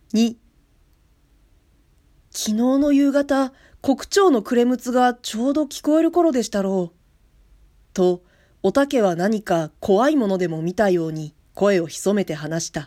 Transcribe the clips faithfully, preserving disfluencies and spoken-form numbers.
に、昨日の夕方、国長のクレムツがちょうど聞こえる頃でしたろう。と、おたけは何か怖いものでも見たように声を潜めて話した。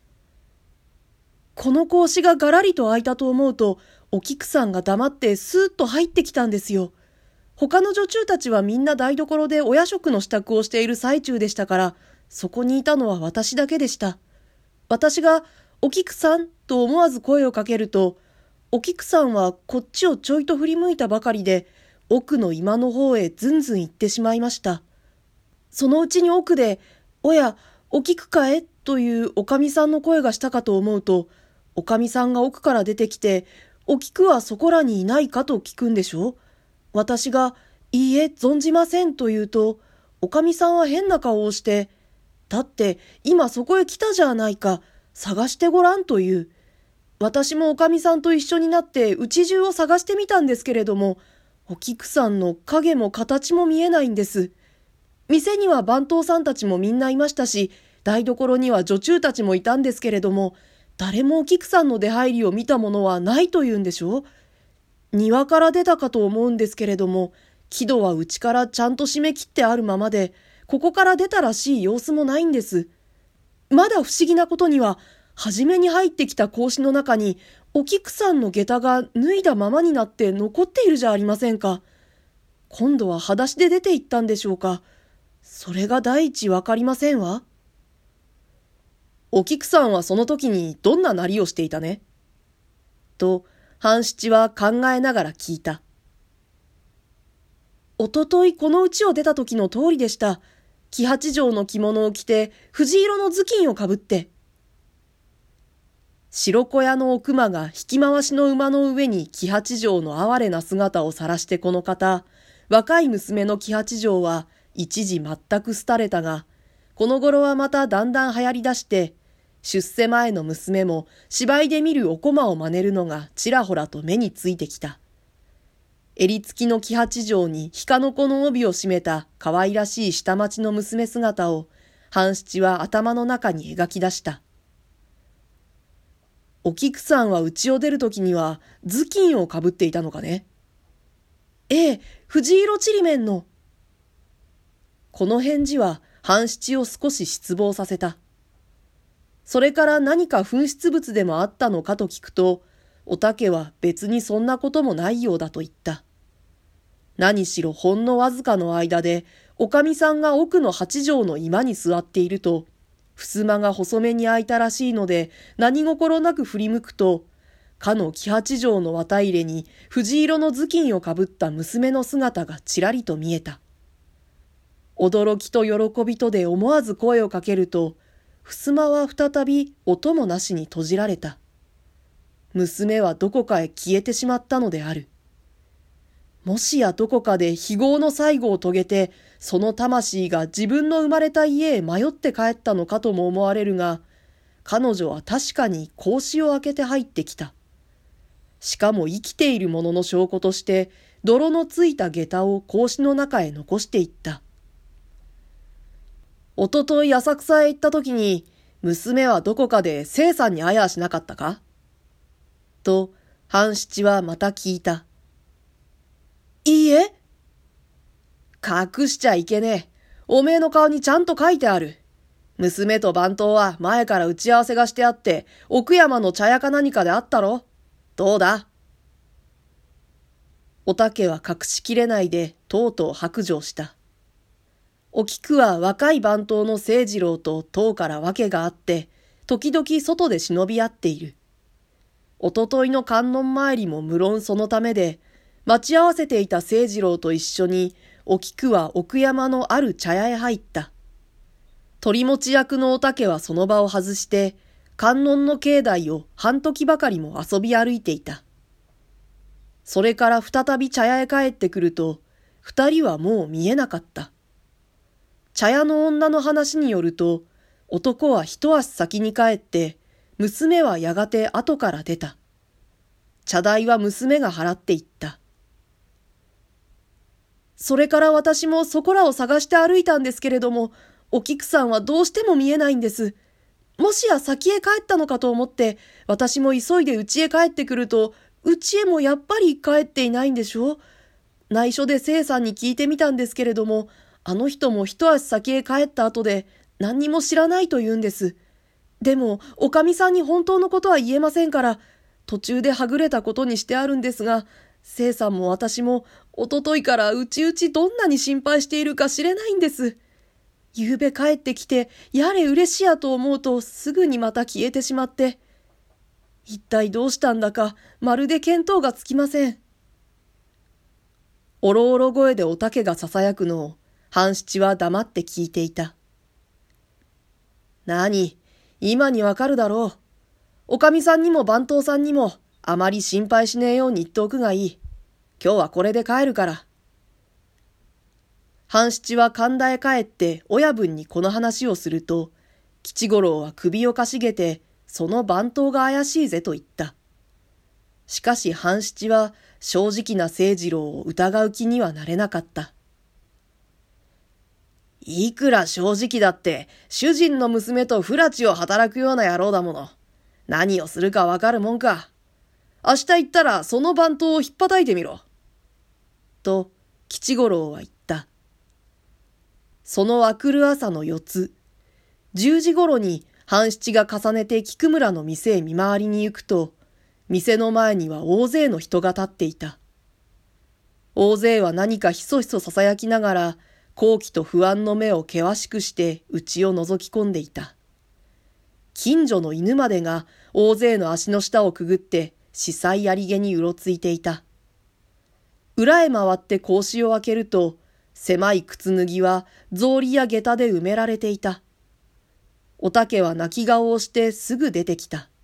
この格子がガラリと開いたと思うと、お菊さんが黙ってスーッと入ってきたんですよ。他の女中たちはみんな台所でお夜食の支度をしている最中でしたから、そこにいたのは私だけでした。私が、お菊さんと思わず声をかけると、お菊さんはこっちをちょいと振り向いたばかりで、奥の居間の方へずんずん行ってしまいました。そのうちに奥で、おや、お菊かえというおかみさんの声がしたかと思うと、おかみさんが奥から出てきて、お菊はそこらにいないかと聞くんでしょ。私が、いいえ、存じませんと言うと、おかみさんは変な顔をして、だって今そこへ来たじゃないか、探してごらんと言う。私もおかみさんと一緒になって家中を探してみたんですけれども、お菊さんの影も形も見えないんです。店には番頭さんたちもみんないましたし、台所には女中たちもいたんですけれども、誰もお菊さんの出入りを見たものはないと言うんでしょう。庭から出たかと思うんですけれども、木戸は内からちゃんと締め切ってあるままで、ここから出たらしい様子もないんです。まだ不思議なことには、初めに入ってきた格子の中に、お菊さんの下駄が脱いだままになって残っているじゃありませんか。今度は裸足で出て行ったんでしょうか。それが第一わかりませんわ。お菊さんはその時にどんななりをしていたねと、半七は考えながら聞いた。おとといこの家を出た時の通りでした。黄八丈の着物を着て、藤色の頭巾をかぶって。白子屋のお熊が引き回しの馬の上に黄八丈の哀れな姿を晒してこの方、若い娘の黄八丈は一時全く廃れたが、この頃はまただんだん流行り出して、出世前の娘も芝居で見るお駒を真似るのがちらほらと目についてきた。襟付きの黄八丈に鹿の子の帯を締めた可愛らしい下町の娘姿を半七は頭の中に描き出した。お菊さんは家を出るときには頭巾をかぶっていたのかね。ええ、藤色ちりめんの。この返事は半七を少し失望させた。それから何か紛失物でもあったのかと聞くと、おたけは別にそんなこともないようだと言った。何しろほんのわずかの間で、おかみさんが奥の八畳の居間に座っていると、襖が細めに開いたらしいので、何心なく振り向くと、かの黄八畳の綿入れに藤色の頭巾をかぶった娘の姿がちらりと見えた。驚きと喜びとで思わず声をかけると、襖は再び音もなしに閉じられた。娘はどこかへ消えてしまったのである。もしやどこかで非業の最後を遂げて、その魂が自分の生まれた家へ迷って帰ったのかとも思われるが、彼女は確かに格子を開けて入ってきた。しかも生きているものの証拠として、泥のついた下駄を格子の中へ残していった。おととい浅草へ行った時に、娘はどこかで清さんに会やしなかったかと、半七はまた聞いた。いいえ。隠しちゃいけねえ。おめえの顔にちゃんと書いてある。娘と番頭は前から打ち合わせがしてあって、奥山の茶屋か何かであったろ。どうだ。おたけは隠しきれないで、とうとう白状した。お菊は若い番頭の清次郎と当から訳があって、時々外で忍び合っている。おとといの観音参りも無論そのためで、待ち合わせていた清次郎と一緒に、お菊は奥山のある茶屋へ入った。取り持ち役のおたけはその場を外して、観音の境内を半時ばかりも遊び歩いていた。それから再び茶屋へ帰ってくると、二人はもう見えなかった。茶屋の女の話によると、男は一足先に帰って、娘はやがて後から出た。茶代は娘が払っていった。それから私もそこらを探して歩いたんですけれども、お菊さんはどうしても見えないんです。 もしや先へ帰ったのかと思って、私も急いで家へ帰ってくると、家へもやっぱり帰っていないんでしょ。内緒で聖さんに聞いてみたんですけれども、あの人も一足先へ帰った後で何にも知らないと言うんです。でも、おかみさんに本当のことは言えませんから、途中ではぐれたことにしてあるんですが、聖さんも私も、おとといからうちうちどんなに心配しているか知れないんです。ゆうべ帰ってきて、やれ嬉しやと思うとすぐにまた消えてしまって。一体どうしたんだか、まるで見当がつきません。おろおろ声でおたけが囁くのを、半七は黙って聞いていた。なに、今にわかるだろう。おかみさんにも番頭さんにも、あまり心配しねえように言っておくがいい。今日はこれで帰るから。半七は神田へ帰って親分にこの話をすると、吉五郎は首をかしげて、その番頭が怪しいぜと言った。しかし半七は正直な清次郎を疑う気にはなれなかった。いくら正直だって、主人の娘と不埒を働くような野郎だもの。何をするかわかるもんか。明日行ったらその番頭を引っ叩いてみろ。と、吉五郎は言った。その明くる朝の四つ、十時ごろに半七が重ねて菊村の店へ見回りに行くと、店の前には大勢の人が立っていた。大勢は何かひそひそささやきながら、好奇と不安の目を険しくして内を覗き込んでいた。近所の犬までが大勢の足の下をくぐって司祭やりげにうろついていた。裏へ回って格子を開けると、狭い靴脱ぎは草履や下駄で埋められていた。おたけは泣き顔をしてすぐ出てきた。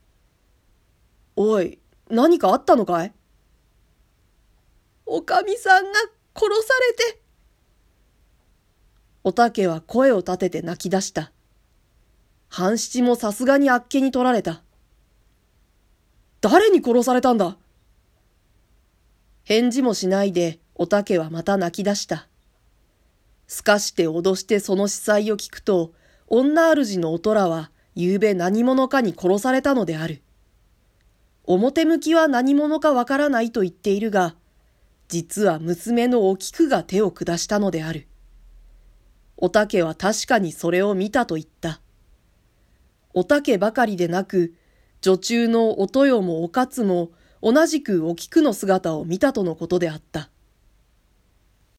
おい、何かあったのかい？おかみさんが殺されて。おたけは声を立てて泣き出した。半七もさすがにあっけに取られた。誰に殺されたんだ？返事もしないでおたけはまた泣き出した。すかして脅してその司祭を聞くと、女主のおとらはゆうべ何者かに殺されたのである。表向きは何者かわからないと言っているが、実は娘のお菊が手を下したのである。おたけは確かにそれを見たと言った。おたけばかりでなく、女中のお豊もお勝も同じくお菊の姿を見たとのことであった。